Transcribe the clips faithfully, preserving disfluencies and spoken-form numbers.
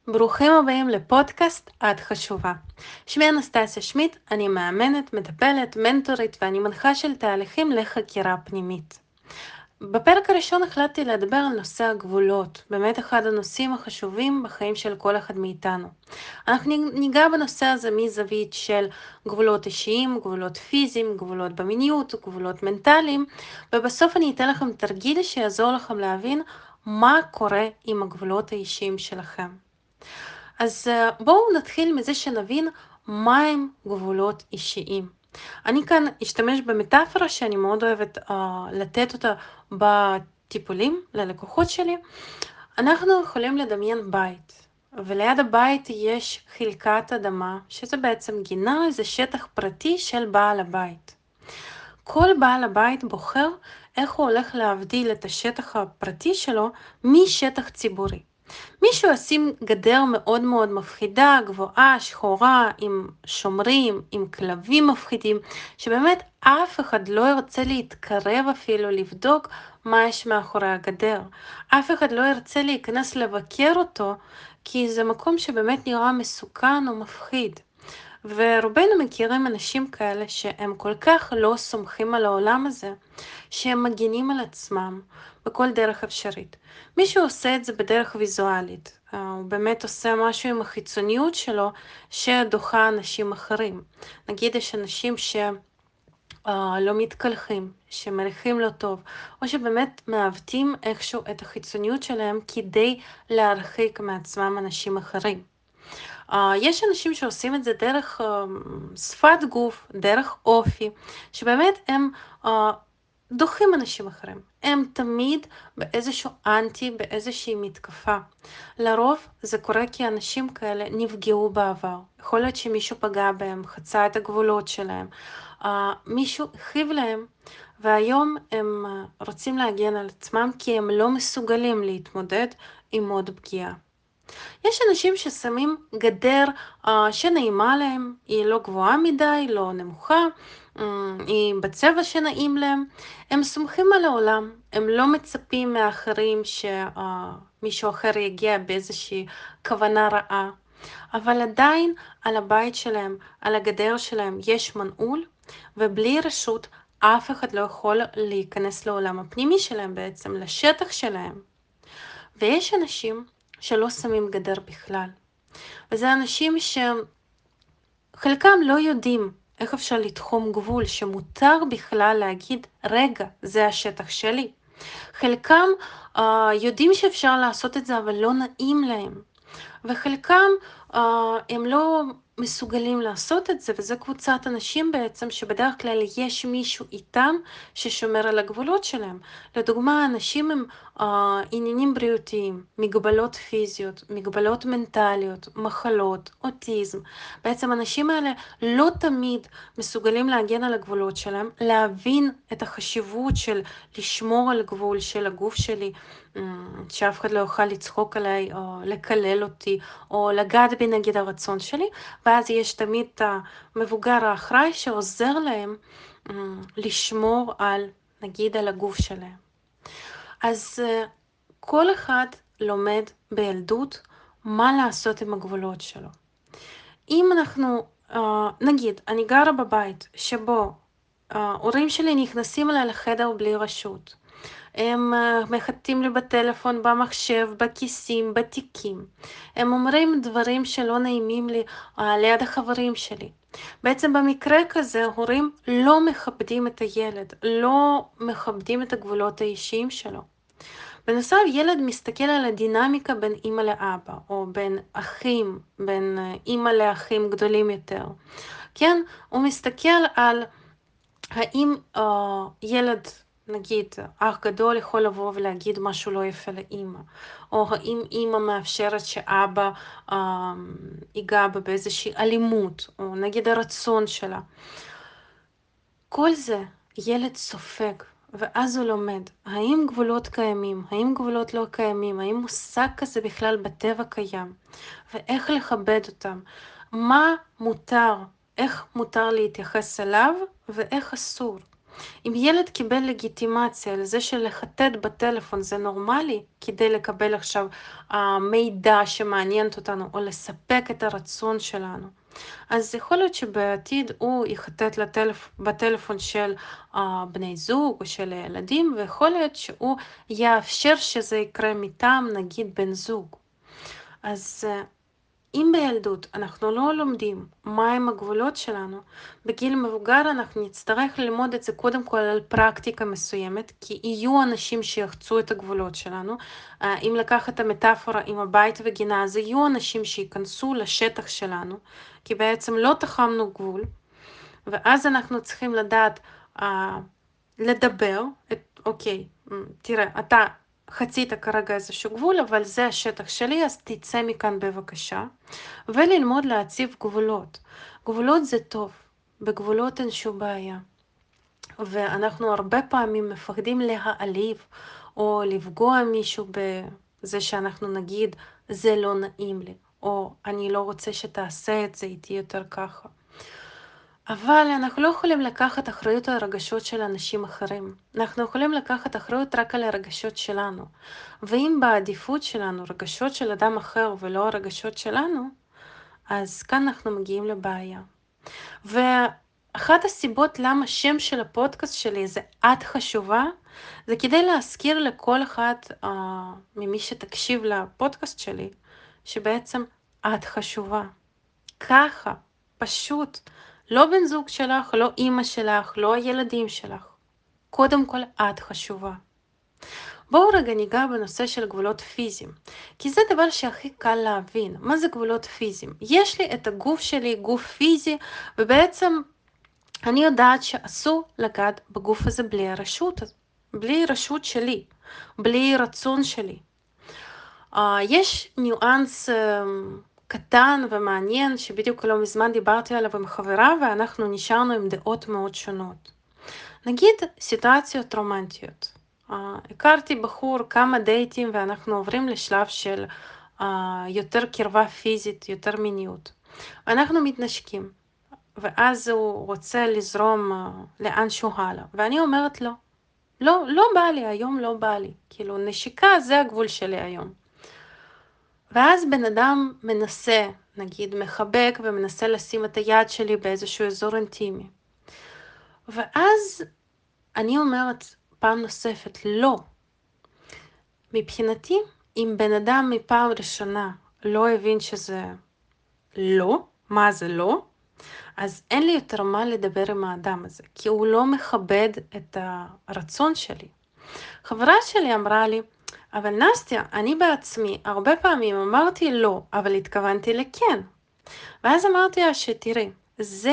ברוכים הבאים לפודקאסט את חשובה. שמי אנסטסיה שמיט, אני מאמנת, מטפלת, מנטורית ואני מנחה של תהליכים לחקירה פנימית. בפרק הראשון החלטתי לדבר על נושא הגבולות, באמת אחד הנושאים החשובים בחיים של כל אחד מאיתנו. אנחנו ניגע בנושא הזה מזווית של גבולות אישיים, גבולות פיזיים, גבולות במיניות, גבולות מנטליים, ובסוף אני אתן לכם תרגיל שיעזור לכם להבין מה קורה עם הגבולות האישיים שלכם. אז בואו נתחיל מזה שנבין מה הם גבולות אישיים. אני כאן אשתמש במטאפורה שאני מאוד אוהבת uh, לתת אותה בטיפולים ללקוחות שלי. אנחנו יכולים לדמיין בית, וליד הבית יש חלקת אדמה, שזה בעצם גינה, זה שטח פרטי של בעל הבית. כל בעל הבית בוחר איך הוא הולך להבדיל את השטח הפרטי שלו משטח ציבורי. מישהו ישים גדר מאוד מאוד מפחידה, גבוהה, שחורה, עם שומרים, עם כלבים מפחידים, שבאמת אף אחד לא ירצה להתקרב אפילו לבדוק מה יש מאחורי הגדר. אף אחד לא ירצה להיכנס לבקר אותו, כי זה מקום שבאמת נראה מסוכן או מפחיד. ורובנו מכירים אנשים כאלה שהם כל כך לא סומכים על העולם הזה, שהם מגינים על עצמם בכל דרך אפשרית. מישהו עושה את זה בדרך ויזואלית, הוא באמת עושה משהו עם החיצוניות שלו שדוחה אנשים אחרים. נגיד יש אנשים שלא מתקלחים, שמריחים לא טוב, או שבאמת מעוותים איכשהו את החיצוניות שלהם כדי להרחיק מעצמם אנשים אחרים. Uh, יש אנשים שעושים את זה דרך uh, שפת גוף, דרך אופי, שבאמת הם uh, דוחים אנשים אחרים. הם תמיד באיזשהו אנטי, באיזושהי מתקפה. לרוב זה קורה כי אנשים כאלה נפגעו בעבר. יכול להיות שמישהו פגע בהם, חצה את הגבולות שלהם, uh, מישהו הכאיב להם, והיום הם uh, רוצים להגן על עצמם כי הם לא מסוגלים להתמודד עם עוד פגיעה. יש אנשים ששמים גדר uh, שנעימה להם, היא לא גבוהה מדי, לא נמוכה, um, היא בצבע שנעים להם, הם סומכים על העולם, הם לא מצפים מאחרים שמישהו uh, אחר יגיע באיזושהי כוונה רעה, אבל עדיין על הבית שלהם, על הגדר שלהם יש מנעול, ובלי רשות אף אחד לא יכול להיכנס לעולם הפנימי שלהם בעצם, לשטח שלהם. ויש אנשים שלא שמים גדר בכלל. וזה אנשים שחלקם לא יודעים איך אפשר לתחום גבול, שמותר בכלל להגיד, רגע, זה השטח שלי. חלקם uh, יודעים שאפשר לעשות את זה, אבל לא נעים להם. וחלקם uh, הם לא מסוגלים לעשות את זה, וזו קבוצת אנשים בעצם שבדרך כלל יש מישהו איתם ששומר על הגבולות שלהם. לדוגמה, אנשים הם uh, עניינים בריאותיים, מגבלות פיזיות, מגבלות מנטליות, מחלות, אוטיזם. בעצם האנשים האלה לא תמיד מסוגלים להגן על הגבולות שלהם, להבין את החשיבות של לשמור על גבול של הגוף שלי, שאף אחד לא יוכל לצחוק עליי או לקלל אותי או לגעת בי נגד הרצון שלי, ואז יש תמיד את המבוגר האחראי שעוזר להם לשמור על, נגיד, על הגוף שלהם. אז כל אחד לומד בילדות מה לעשות עם הגבולות שלו. אם אנחנו, נגיד, אני גרה בבית שבו ההורים שלי נכנסים אליי לחדר בלי רשות, הם מחטאים לי בטלפון, במחשב, בכיסים, בתיקים. הם אומרים דברים שלא נעימים לי ליד החברים שלי. בעצם במקרה כזה, הורים לא מכבדים את הילד, לא מכבדים את הגבולות האישיים שלו. בנוסף, ילד מסתכל על הדינמיקה בין אמא לאבא, או בין אחים, בין אמא לאחים גדולים יותר. כן, הוא מסתכל על האם uh, ילד, נגיד, אח גדול יכול לבוא ולהגיד משהו לא יפה לאמא, או האם אמא מאפשרת שאבא uh, ייגע בה באיזושהי אלימות, או נגיד הרצון שלה. כל זה ילד סופג, ואז הוא לומד, האם גבולות קיימים, האם גבולות לא קיימים, האם מושג כזה בכלל בטבע קיים, ואיך לכבד אותם, מה מותר, איך מותר להתייחס אליו, ואיך אסור. אם ילד קיבל לגיטימציה לזה שלחטט בטלפון זה נורמלי, כדי לקבל עכשיו אה, מידע שמעניינת אותנו, או לספק את הרצון שלנו, אז יכול להיות שבעתיד הוא יחטט לטלפ... בטלפון של אה, בני זוג או של ילדים, ויכול להיות שהוא יאפשר שזה יקרה מטעם נגיד בן זוג. אז אה, אם בילדות אנחנו לא לומדים מהם הגבולות שלנו, בגיל מבוגר אנחנו נצטרך ללמוד את זה קודם כל על פרקטיקה מסוימת, כי יהיו אנשים שיחצו את הגבולות שלנו. אה, אם לקחת את המטאפורה עם הבית וגינה, אז יהיו אנשים שיכנסו לשטח שלנו, כי בעצם לא תחמנו גבול, ואז אנחנו צריכים לדעת אה, לדבר, את, אוקיי, תראה, אתה חצית כרגע איזשהו גבול, אבל זה השטח שלי, אז תצא מכאן בבקשה. וללמוד להציב גבולות. גבולות זה טוב, בגבולות אין שום בעיה. ואנחנו הרבה פעמים מפחדים להעליב או לפגוע מישהו בזה שאנחנו נגיד, זה לא נעים לי, או אני לא רוצה שתעשה את זה איתי יותר ככה. אבל אנחנו לא יכולים לקחת אחריות על הרגשות של אנשים אחרים. אנחנו יכולים לקחת אחריות רק על הרגשות שלנו. ואם בעדיפות שלנו רגשות של אדם אחר ולא הרגשות שלנו, אז כאן אנחנו מגיעים לבעיה. ואחת הסיבות למה שם של הפודקאסט שלי זה את חשובה, זה כדי להזכיר לכל אחד uh, ממי שתקשיב לפודקאסט שלי, שבעצם את חשובה. ככה, פשוט. לא בן זוג שלך, לא אמא שלך, לא הילדים שלך. קודם כל את חשובה. בואו רגע ניגע בנושא של גבולות פיזיים, כי זה דבר שהכי קל להבין. מה זה גבולות פיזיים? יש לי את הגוף שלי, גוף פיזי, ובעצם אני יודעת שאסור לגעת בגוף הזה בלי הרשות, בלי רשות שלי, בלי רצון שלי. Uh, יש ניואנס uh, קטן ומעניין שבדיוק לא מזמן דיברתי עליו עם חברה ואנחנו נשארנו עם דעות מאוד שונות. נגיד סיטואציות רומנטיות. Uh, הכרתי בחור כמה דייטים ואנחנו עוברים לשלב של uh, יותר קרבה פיזית, יותר מיניות. אנחנו מתנשקים, ואז הוא רוצה לזרום uh, לאן שהוא הלאה, ואני אומרת לו, לא, לא בא לי, היום לא בא לי. כאילו, נשיקה זה הגבול שלי היום. ואז בן אדם מנסה, נגיד מחבק ומנסה לשים את היד שלי באיזשהו אזור אינטימי. ואז אני אומרת פעם נוספת, לא. מבחינתי, אם בן אדם מפעם ראשונה לא הבין שזה לא, מה זה לא, אז אין לי יותר מה לדבר עם האדם הזה, כי הוא לא מכבד את הרצון שלי. חברה שלי אמרה לי, אבל נסטיה, אני בעצמי הרבה פעמים אמרתי לא, אבל התכוונתי לכן. ואז אמרתי לה שתראי, זה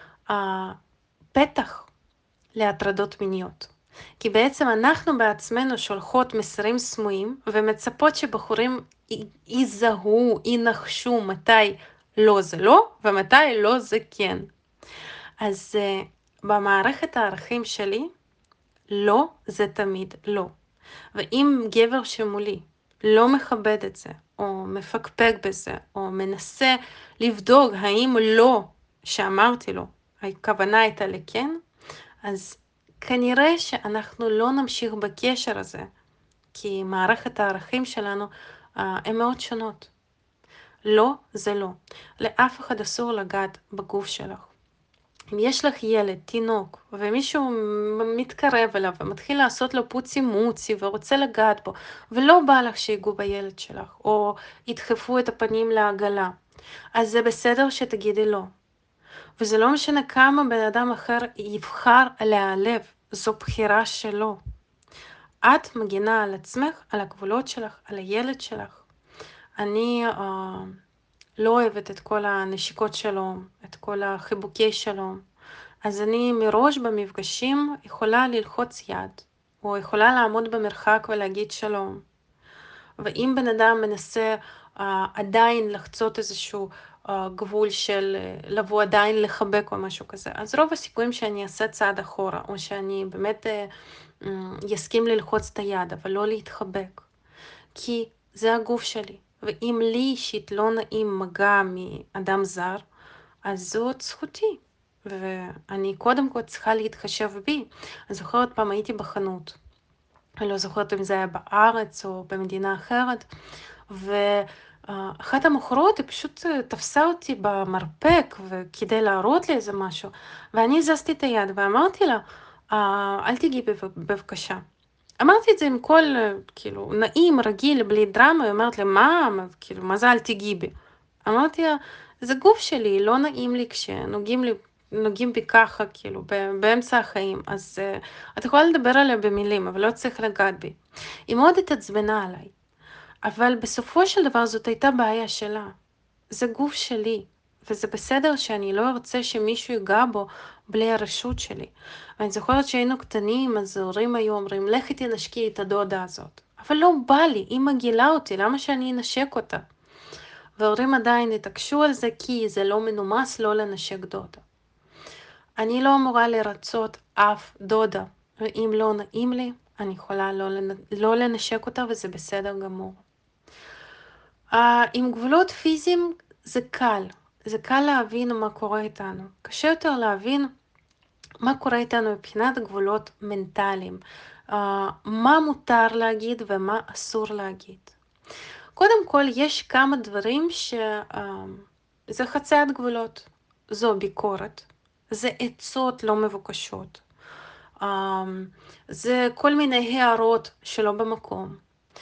הפתח להטרדות מיניות. כי בעצם אנחנו בעצמנו שולחות מסרים סמויים ומצפות שבחורים יזהו, ינחשו מתי לא זה לא ומתי לא זה כן. אז uh, במערכת הערכים שלי, לא זה תמיד לא. ואם גבר שמולי לא מכבד את זה, או מפקפק בזה, או מנסה לבדוק האם לא שאמרתי לו, הכוונה הייתה לכן, אז כנראה שאנחנו לא נמשיך בקשר הזה, כי מערכת הערכים שלנו אה, הן מאוד שונות. לא, זה לא. לאף אחד אסור לגעת בגוף שלך. אם יש לך ילד, תינוק, ומישהו מתקרב אליו ומתחיל לעשות לו פוצי מוצי ורוצה לגעת בו, ולא בא לך שיגעו בילד שלך, או ידחפו את הפנים לעגלה, אז זה בסדר שתגידי לא. וזה לא משנה כמה בן אדם אחר יבחר להיעלב, זו בחירה שלו. את מגינה על עצמך, על הגבולות שלך, על הילד שלך. אני אה, לא אוהבת את כל הנשיקות שלום, את כל החיבוקי שלום. אז אני מראש במפגשים יכולה ללחוץ יד, או יכולה לעמוד במרחק ולהגיד שלום. ואם בן אדם מנסה uh, עדיין לחצות איזשהו uh, גבול של uh, לבוא עדיין לחבק או משהו כזה, אז רוב הסיכויים שאני אעשה צעד אחורה, או שאני באמת uh, um, יסכים ללחוץ את היד, אבל לא להתחבק. כי זה הגוף שלי, ואם לי אישית לא נעים מגע מאדם זר, אז זאת זכותי. ואני קודם כל צריכה להתחשב בי. אני זוכרת פעם הייתי בחנות, אני לא זוכרת אם זה היה בארץ או במדינה אחרת, ואחת המוכרות היא פשוט תפסה אותי במרפק כדי להראות לי איזה משהו, ואני הזזתי את היד ואמרתי לה, "אה, אל תגיעי בב- בבקשה." אמרתי את זה עם קול, כאילו, נעים, רגיל, בלי דרמה, היא אומרת לי, מה, מה, כאילו, מה זה אל תגיעי בי? אמרתי לה, זה גוף שלי, לא נעים לי כשנוגעים לי, נוגעים בי ככה, כאילו, ב- באמצע החיים, אז uh, את יכולה לדבר עליה במילים, אבל לא צריך לגעת בי. היא מאוד התעצבנה עליי, אבל בסופו של דבר זאת הייתה בעיה שלה. זה גוף שלי, וזה בסדר שאני לא ארצה שמישהו ייגע בו בלי הרשות שלי. ואני זוכרת שהיינו קטנים, אז ההורים היו אומרים, לכי תנשקי את הדודה הזאת. אבל לא בא לי, היא מגעילה אותי, למה שאני אנשק אותה? וההורים עדיין התעקשו על זה, כי זה לא מנומס לא לנשק דודה. אני לא אמורה לרצות אף דודה, ואם לא נעים לי, אני יכולה לא, לנ- לא לנשק אותה, וזה בסדר גמור. Uh, עם גבולות פיזיים זה קל, זה קל להבין מה קורה איתנו. קשה יותר להבין מה קורה איתנו מבחינת גבולות מנטליים. Uh, מה מותר להגיד ומה אסור להגיד. קודם כל, יש כמה דברים שזה חציית גבולות. זו ביקורת, זה עצות לא מבוקשות, uh, זה כל מיני הערות שלא במקום.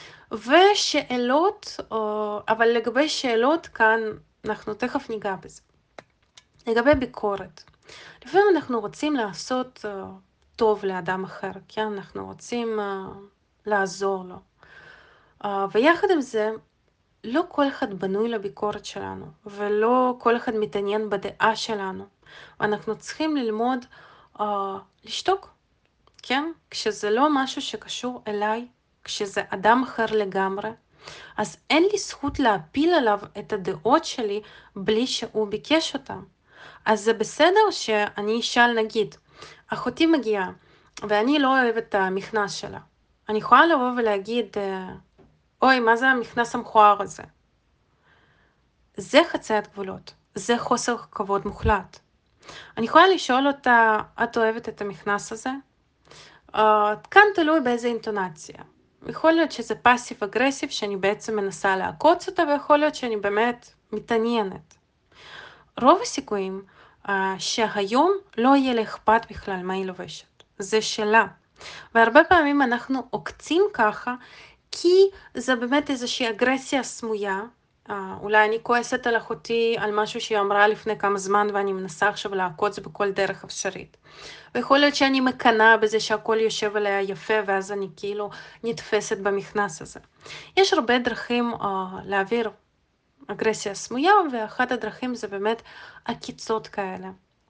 ושאלות, אבל לגבי שאלות כאן, אנחנו תכף ניגע בזה. לגבי ביקורת, לפעמים אנחנו רוצים לעשות טוב לאדם אחר, כן? אנחנו רוצים לעזור לו. ויחד עם זה, לא כל אחד בנוי לביקורת שלנו, ולא כל אחד מתעניין בדעה שלנו. ואנחנו צריכים ללמוד לשתוק, כן? כשזה לא משהו שקשור אליי, כשזה אדם אחר לגמרי, אז אין לי זכות להפיל עליו את הדעות שלי בלי שהוא ביקש אותם. אז זה בסדר שאני אשאל, נגיד, אחותי מגיעה ואני לא אוהבת את המכנס שלה. אני יכולה לבוא ולהגיד, אוי, מה זה המכנס המכוער הזה? זה חציית גבולות, זה חוסר כבוד מוחלט. אני יכולה לשאול אותה, את אוהבת את המכנס הזה? Uh, כאן תלוי באיזה אינטונציה. יכול להיות שזה פאסיב אגרסיב שאני בעצם מנסה לעקוץ אותה, ויכול להיות שאני באמת מתעניינת. רוב הסיכויים uh, שהיום לא יהיה לה אכפת בכלל מה היא לובשת. זה שלה. והרבה פעמים אנחנו עוקצים ככה, כי זה באמת איזושהי אגרסיה סמויה. Uh, אולי אני כועסת על אחותי על משהו שהיא אמרה לפני כמה זמן, ואני מנסה עכשיו לעקוץ בכל דרך אפשרית. ויכול להיות שאני מקנה בזה שהכל יושב עליה יפה, ואז אני כאילו נתפסת במכנס הזה. יש הרבה דרכים uh, להעביר אגרסיה סמויה, ואחת הדרכים זה באמת עקיצות כאלה.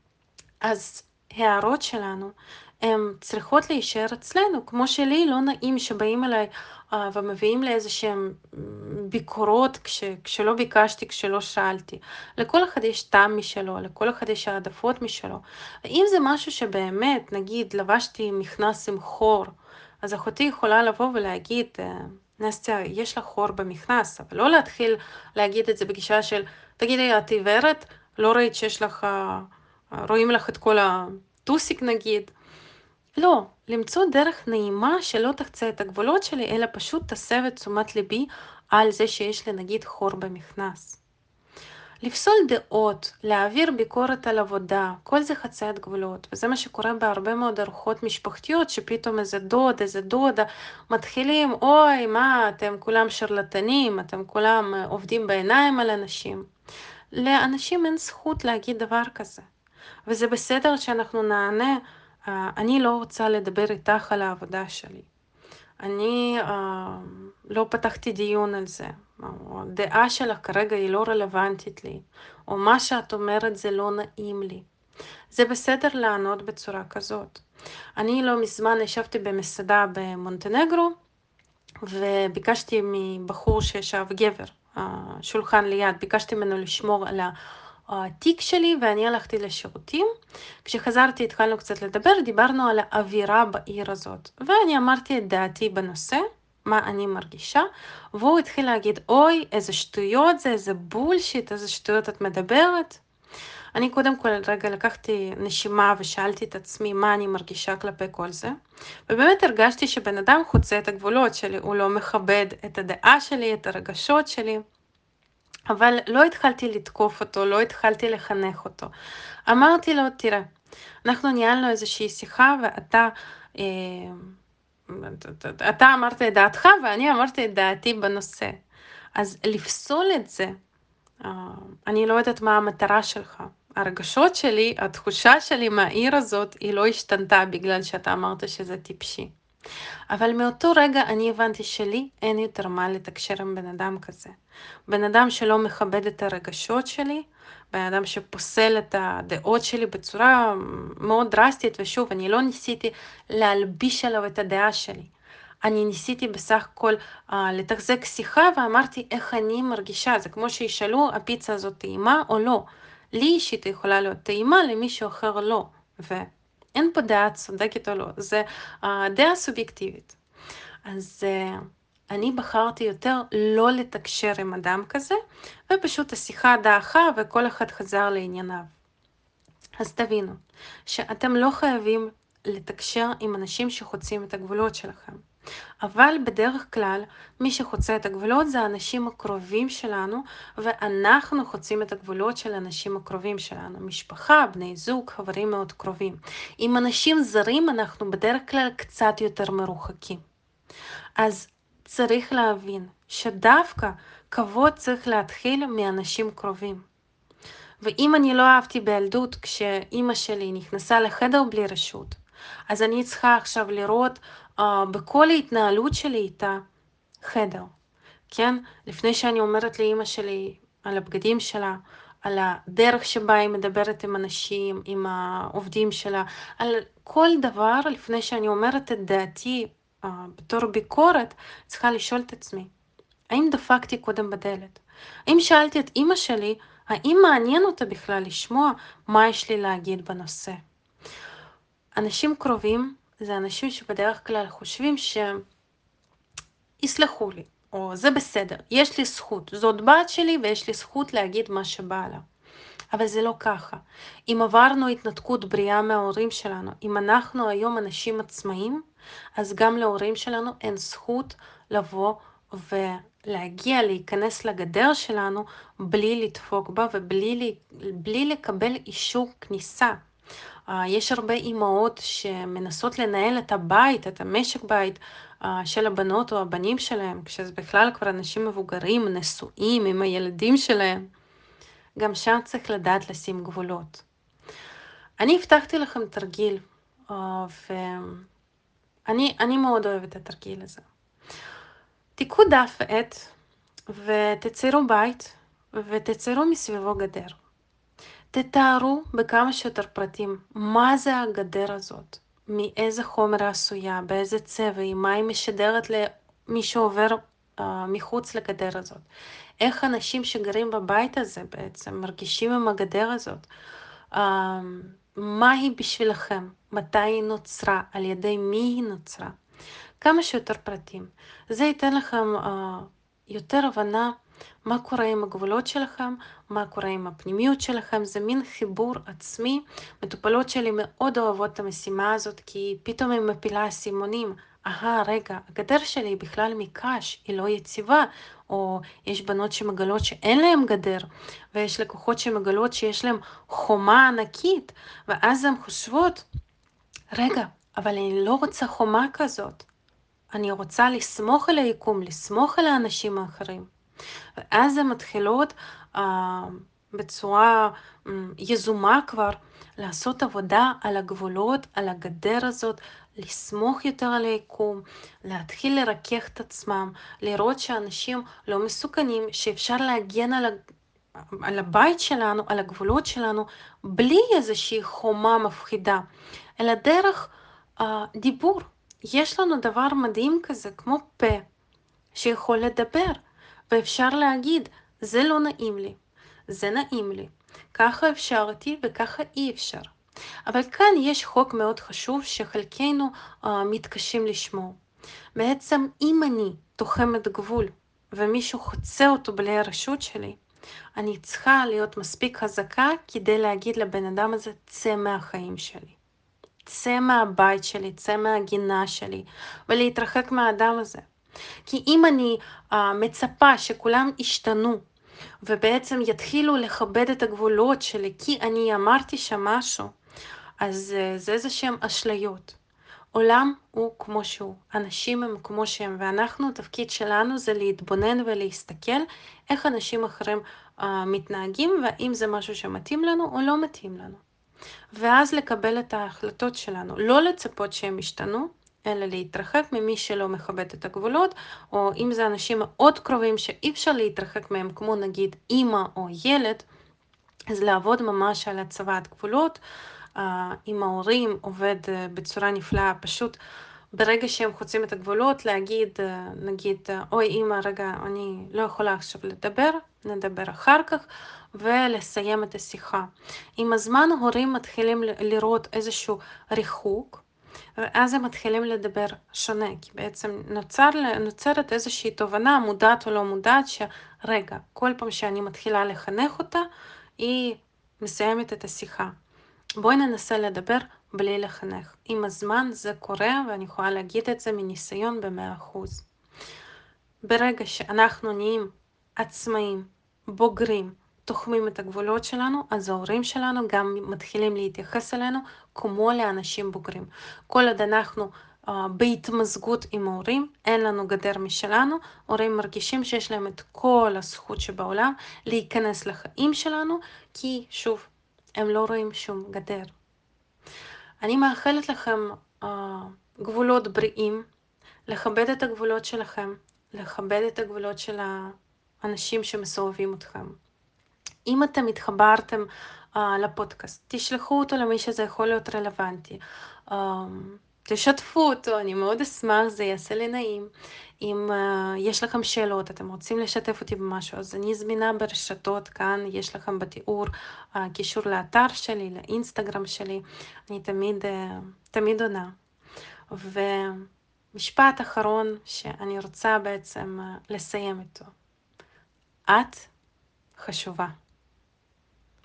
אז הערות שלנו הן צריכות להישאר אצלנו, כמו שלי לא נעים שבאים אליי uh, ומביאים לי איזה שהם ביקורות כש, כשלא ביקשתי, כשלא שאלתי. לכל אחד יש טעם משלו, לכל אחד יש העדפות משלו. ואם זה משהו שבאמת, נגיד, לבשתי מכנס עם חור, אז אחותי יכולה לבוא ולהגיד, נסטיה, יש לך חור במכנס, אבל לא להתחיל להגיד את זה בגישה של, תגידי, את עיוורת? לא ראית שיש לך, רואים לך את כל הטוסיק נגיד? לא, למצוא דרך נעימה שלא תחצה את הגבולות שלי, אלא פשוט תסב את תשומת ליבי על זה שיש לי נגיד חור במכנס. לפסול דעות, להעביר ביקורת על עבודה, כל זה חציית גבולות, וזה מה שקורה בהרבה מאוד ארוחות משפחתיות, שפתאום איזה דוד, איזה דודה, מתחילים, אוי, מה, אתם כולם שרלטנים, אתם כולם עובדים בעיניים על אנשים. לאנשים אין זכות להגיד דבר כזה, וזה בסדר שאנחנו נענה, אני לא רוצה לדבר איתך על העבודה שלי. אני אה, לא פתחתי דיון על זה. הדעה שלך כרגע היא לא רלוונטית לי, או מה שאת אומרת זה לא נעים לי. זה בסדר לענות בצורה כזאת. אני לא מזמן ישבתי במסעדה במונטנגרו, וביקשתי מבחור שישב גבר, שולחן ליד, ביקשתי ממנו לשמור על התיק שלי, ואני הלכתי לשירותים. כשחזרתי התחלנו קצת לדבר, דיברנו על האווירה בעיר הזאת, ואני אמרתי את דעתי בנושא, מה אני מרגישה, והוא התחיל להגיד, אוי, איזה שטויות זה, איזה בולשיט, איזה שטויות את מדברת. אני קודם כל רגע לקחתי נשימה ושאלתי את עצמי מה אני מרגישה כלפי כל זה, ובאמת הרגשתי שבן אדם חוצה את הגבולות שלי, הוא לא מכבד את הדעה שלי, את הרגשות שלי, אבל לא התחלתי לתקוף אותו, לא התחלתי לחנך אותו. אמרתי לו, תראה, אנחנו ניהלנו איזושהי שיחה ואתה אה, אתה אמרת את דעתך ואני אמרתי את דעתי בנושא. אז לפסול את זה, אה, אני לא יודעת מה המטרה שלך. הרגשות שלי, התחושה שלי מהעיר הזאת, היא לא השתנתה בגלל שאתה אמרת שזה טיפשי. אבל מאותו רגע אני הבנתי שלי אין יותר מה לתקשר עם בן אדם כזה. בן אדם שלא מכבד את הרגשות שלי, בן אדם שפוסל את הדעות שלי בצורה מאוד דרסטית, ושוב, אני לא ניסיתי להלביש עליו את הדעה שלי. אני ניסיתי בסך הכל uh, לתחזק שיחה ואמרתי איך אני מרגישה. זה כמו שישאלו, הפיצה הזאת טעימה או לא. לי אישית יכולה להיות טעימה, למישהו אחר לא. ואין פה דעה צודקת או לא, זה uh, דעה סובייקטיבית. אז uh, אני בחרתי יותר לא לתקשר עם אדם כזה, ופשוט השיחה דעכה וכל אחד חזר לענייניו. אז תבינו, שאתם לא חייבים לתקשר עם אנשים שחוצים את הגבולות שלכם. אבל בדרך כלל, מי שחוצה את הגבולות זה האנשים הקרובים שלנו, ואנחנו חוצים את הגבולות של האנשים הקרובים שלנו. משפחה, בני זוג, חברים מאוד קרובים. עם אנשים זרים אנחנו בדרך כלל קצת יותר מרוחקים. אז צריך להבין שדווקא כבוד צריך להתחיל מאנשים קרובים. ואם אני לא אהבתי בילדות כשאימא שלי נכנסה לחדר בלי רשות, אז אני צריכה עכשיו לראות uh, בכל ההתנהלות שלי איתה חדר, כן? לפני שאני אומרת לאימא שלי על הבגדים שלה, על הדרך שבה היא מדברת עם אנשים, עם העובדים שלה, על כל דבר לפני שאני אומרת את דעתי uh, בתור ביקורת, צריכה לשאול את עצמי, האם דפקתי קודם בדלת? האם שאלתי את אימא שלי, האם מעניין אותה בכלל לשמוע מה יש לי להגיד בנושא? אנשים קרובים זה אנשים שבדרך כלל חושבים שיסלחו לי, או זה בסדר, יש לי זכות, זאת בת שלי ויש לי זכות להגיד מה שבא לה. אבל זה לא ככה. אם עברנו התנתקות בריאה מההורים שלנו, אם אנחנו היום אנשים עצמאיים, אז גם להורים שלנו אין זכות לבוא ולהגיע, להיכנס לגדר שלנו, בלי לדפוק בה ובלי בלי לקבל אישור כניסה. יש הרבה אימהות שמנסות לנהל את הבית, את המשק בית של הבנות או הבנים שלהם, כשזה בכלל כבר אנשים מבוגרים, נשואים עם הילדים שלהם. גם שם צריך לדעת לשים גבולות. אני הבטחתי לכם תרגיל, ואני אני מאוד אוהבת את התרגיל הזה. תיקחו דף ועט ותציירו בית ותציירו מסביבו גדר. תתארו בכמה שיותר פרטים מה זה הגדר הזאת, מאיזה חומר עשויה, באיזה צבע, מה היא משדרת למי שעובר uh, מחוץ לגדר הזאת. איך אנשים שגרים בבית הזה בעצם מרגישים עם הגדר הזאת. Uh, מה היא בשבילכם, מתי היא נוצרה, על ידי מי היא נוצרה. כמה שיותר פרטים. זה ייתן לכם uh, יותר הבנה מה קורה עם הגבולות שלכם, מה קורה עם הפנימיות שלכם, זה מין חיבור עצמי. מטופלות שלי מאוד אוהבות את המשימה הזאת, כי פתאום היא מפילה סימונים. אהה, רגע, הגדר שלי היא בכלל מקש, היא לא יציבה, או יש בנות שמגלות שאין להם גדר, ויש לקוחות שמגלות שיש להם חומה ענקית, ואז הן חושבות, רגע, אבל אני לא רוצה חומה כזאת. אני רוצה לסמוך על היקום, לסמוך על האנשים האחרים. ואז הן מתחילות אה, בצורה אה, יזומה כבר לעשות עבודה על הגבולות, על הגדר הזאת, לסמוך יותר על היקום, להתחיל לרכך את עצמם, לראות שאנשים לא מסוכנים, שאפשר להגן על, על הבית שלנו, על הגבולות שלנו, בלי איזושהי חומה מפחידה, אלא דרך אה, דיבור. יש לנו דבר מדהים כזה, כמו פה, שיכול לדבר. ואפשר להגיד, זה לא נעים לי, זה נעים לי, ככה אפשרתי וככה אי אפשר. אבל כאן יש חוק מאוד חשוב שחלקנו uh, מתקשים לשמור. בעצם אם אני תוחמת גבול ומישהו חוצה אותו בלי הרשות שלי, אני צריכה להיות מספיק חזקה כדי להגיד לבן אדם הזה, צא מהחיים שלי. צא מהבית שלי, צא מהגינה שלי, ולהתרחק מהאדם הזה. כי אם אני uh, מצפה שכולם ישתנו, ובעצם יתחילו לכבד את הגבולות שלי, כי אני אמרתי שם משהו, אז uh, זה איזה שהם אשליות. עולם הוא כמו שהוא, אנשים הם כמו שהם, ואנחנו, התפקיד שלנו זה להתבונן ולהסתכל איך אנשים אחרים uh, מתנהגים, והאם זה משהו שמתאים לנו או לא מתאים לנו. ואז לקבל את ההחלטות שלנו, לא לצפות שהם ישתנו, אלא להתרחק ממי שלא מכבד את הגבולות, או אם זה אנשים מאוד קרובים שאי אפשר להתרחק מהם, כמו נגיד אמא או ילד, אז לעבוד ממש על הצבת גבולות. Uh, עם ההורים עובד uh, בצורה נפלאה, פשוט ברגע שהם חוצים את הגבולות, להגיד, uh, נגיד, uh, אוי אמא, רגע, אני לא יכולה עכשיו לדבר, נדבר אחר כך, ולסיים את השיחה. עם הזמן הורים מתחילים לראות איזשהו ריחוק, ואז הם מתחילים לדבר שונה, כי בעצם נוצר, נוצרת איזושהי תובנה, מודעת או לא מודעת, שרגע, כל פעם שאני מתחילה לחנך אותה, היא מסיימת את השיחה. בואי ננסה לדבר בלי לחנך. עם הזמן זה קורה, ואני יכולה להגיד את זה מניסיון במאה אחוז. ברגע שאנחנו נהיים עצמאים, בוגרים, תוחמים את הגבולות שלנו, אז ההורים שלנו גם מתחילים להתייחס אלינו כמו לאנשים בוגרים. כל עוד אנחנו uh, בהתמזגות עם ההורים, אין לנו גדר משלנו, הורים מרגישים שיש להם את כל הזכות שבעולם להיכנס לחיים שלנו, כי שוב, הם לא רואים שום גדר. אני מאחלת לכם uh, גבולות בריאים, לכבד את הגבולות שלכם, לכבד את הגבולות של האנשים שמסובבים אתכם. אם אתם התחברתם uh, לפודקאסט, תשלחו אותו למי שזה יכול להיות רלוונטי. Uh, תשתפו אותו, אני מאוד אשמח, זה יעשה לי נעים. אם uh, יש לכם שאלות, אתם רוצים לשתף אותי במשהו, אז אני זמינה ברשתות, כאן יש לכם בתיאור uh, קישור לאתר שלי, לאינסטגרם שלי, אני תמיד, uh, תמיד עונה. ומשפט אחרון שאני רוצה בעצם uh, לסיים איתו. את חשובה.